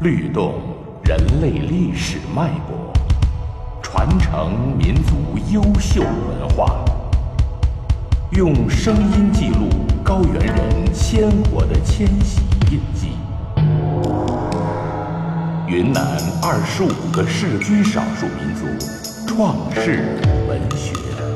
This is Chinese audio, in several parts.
律动人类历史脉搏，传承民族优秀文化，用声音记录高原人鲜活的迁徙印记。云南25个世居少数民族创世文学。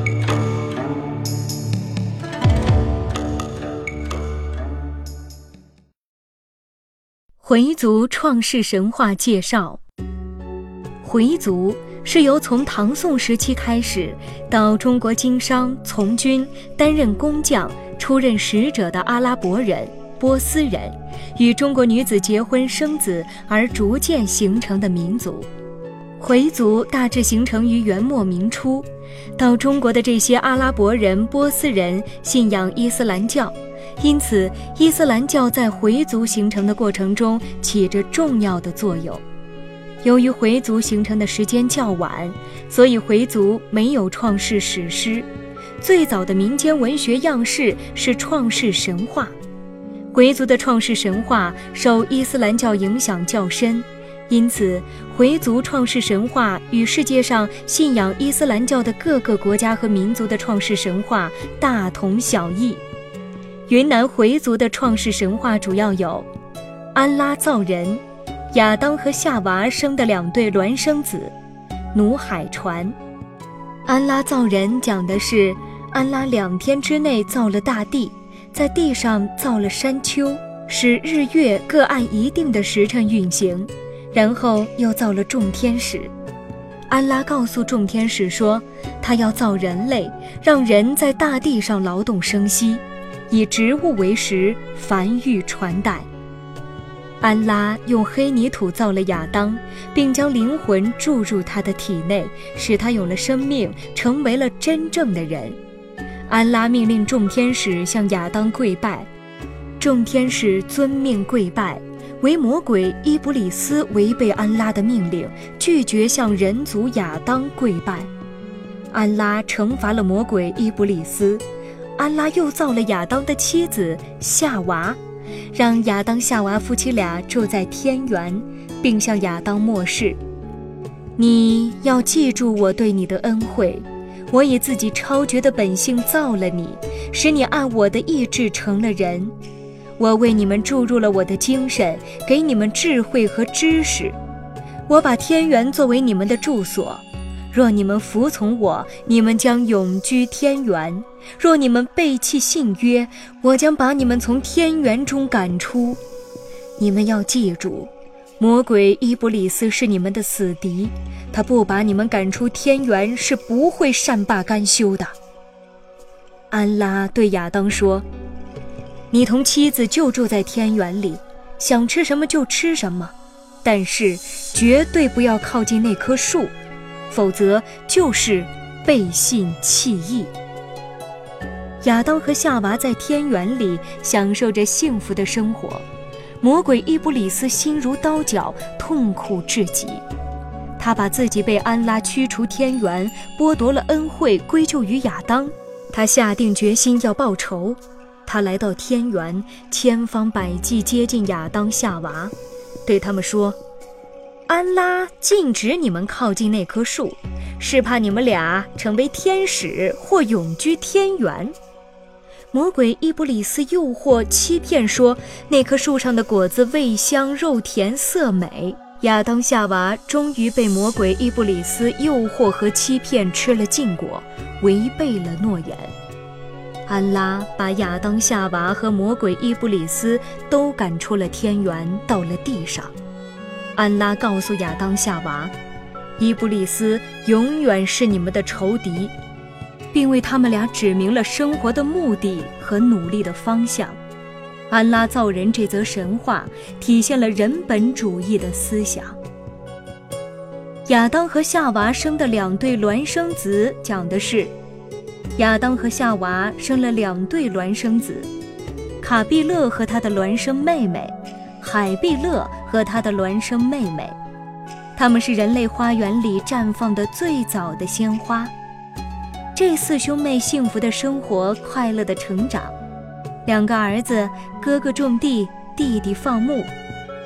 回族创世神话介绍。回族是由从唐宋时期开始到中国经商、从军、担任工匠、出任使者的阿拉伯人、波斯人，与中国女子结婚生子而逐渐形成的民族。回族大致形成于元末明初，到中国的这些阿拉伯人、波斯人信仰伊斯兰教，因此伊斯兰教在回族形成的过程中起着重要的作用。由于回族形成的时间较晚，所以回族没有创世史诗，最早的民间文学样式是创世神话。回族的创世神话受伊斯兰教影响较深，因此回族创世神话与世界上信仰伊斯兰教的各个国家和民族的创世神话大同小异。云南回族的创世神话主要有安拉造人、亚当和夏娃生的2对孪生子、努海船。安拉造人讲的是安拉2天之内造了大地，在地上造了山丘，使日月各按一定的时辰运行，然后又造了众天使。安拉告诉众天使说，他要造人类，让人在大地上劳动生息，以植物为食，繁育传代。安拉用黑泥土造了亚当，并将灵魂注入他的体内，使他有了生命，成为了真正的人。安拉命令众天使向亚当跪拜，众天使遵命跪拜，唯魔鬼伊卜里斯违背安拉的命令，拒绝向人族亚当跪拜。安拉惩罚了魔鬼伊卜里斯，安拉又造了亚当的妻子夏娃，让亚当夏娃夫妻俩住在天园，并向亚当默示，你要记住我对你的恩惠，我以自己超绝的本性造了你，使你按我的意志成了人。我为你们注入了我的精神，给你们智慧和知识。我把天园作为你们的住所，若你们服从我，你们将永居天园；若你们背弃信约，我将把你们从天园中赶出。你们要记住，魔鬼伊卜里斯是你们的死敌，他不把你们赶出天园是不会善罢甘休的。安拉对亚当说，你同妻子就住在天园里，想吃什么就吃什么，但是绝对不要靠近那棵树，否则就是背信弃义。亚当和夏娃在天园里享受着幸福的生活，魔鬼伊卜里斯心如刀绞，痛苦至极。他把自己被安拉驱除天园，剥夺了恩惠归咎于亚当，他下定决心要报仇。他来到天园，千方百计接近亚当夏娃，对他们说，安拉禁止你们靠近那棵树，是怕你们俩成为天使或永居天园。魔鬼伊卜里斯诱惑欺骗说，那棵树上的果子味香肉甜色美。亚当夏娃终于被魔鬼伊卜里斯诱惑和欺骗，吃了禁果，违背了诺言。安拉把亚当夏娃和魔鬼伊卜里斯都赶出了天园，到了地上。安拉告诉亚当夏娃，伊卜里斯永远是你们的仇敌，并为他们俩指明了生活的目的和努力的方向。安拉造人这则神话体现了人本主义的思想。亚当和夏娃生的2对孪生子讲的是，亚当和夏娃生了2对孪生子，卡毕勒和他的孪生妹妹，海毕勒和他的孪生妹妹。他们是人类花园里绽放的最早的鲜花。这4兄妹幸福的生活，快乐的成长。2个儿子，哥哥种地，弟弟放牧。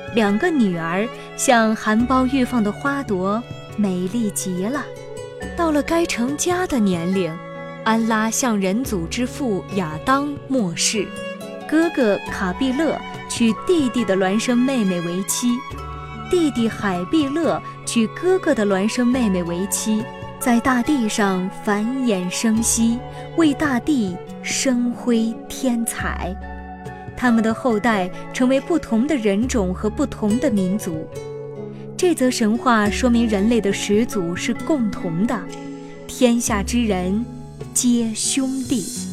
2个女儿像含苞欲放的花朵，美丽极了。到了该成家的年龄，安拉向人祖之父亚当末世，哥哥卡毕勒娶弟弟的孪生妹妹为妻，弟弟海毕勒娶哥哥的孪生妹妹为妻，在大地上繁衍生息，为大地生辉添彩。他们的后代成为不同的人种和不同的民族。这则神话说明人类的始祖是共同的，天下之人皆兄弟。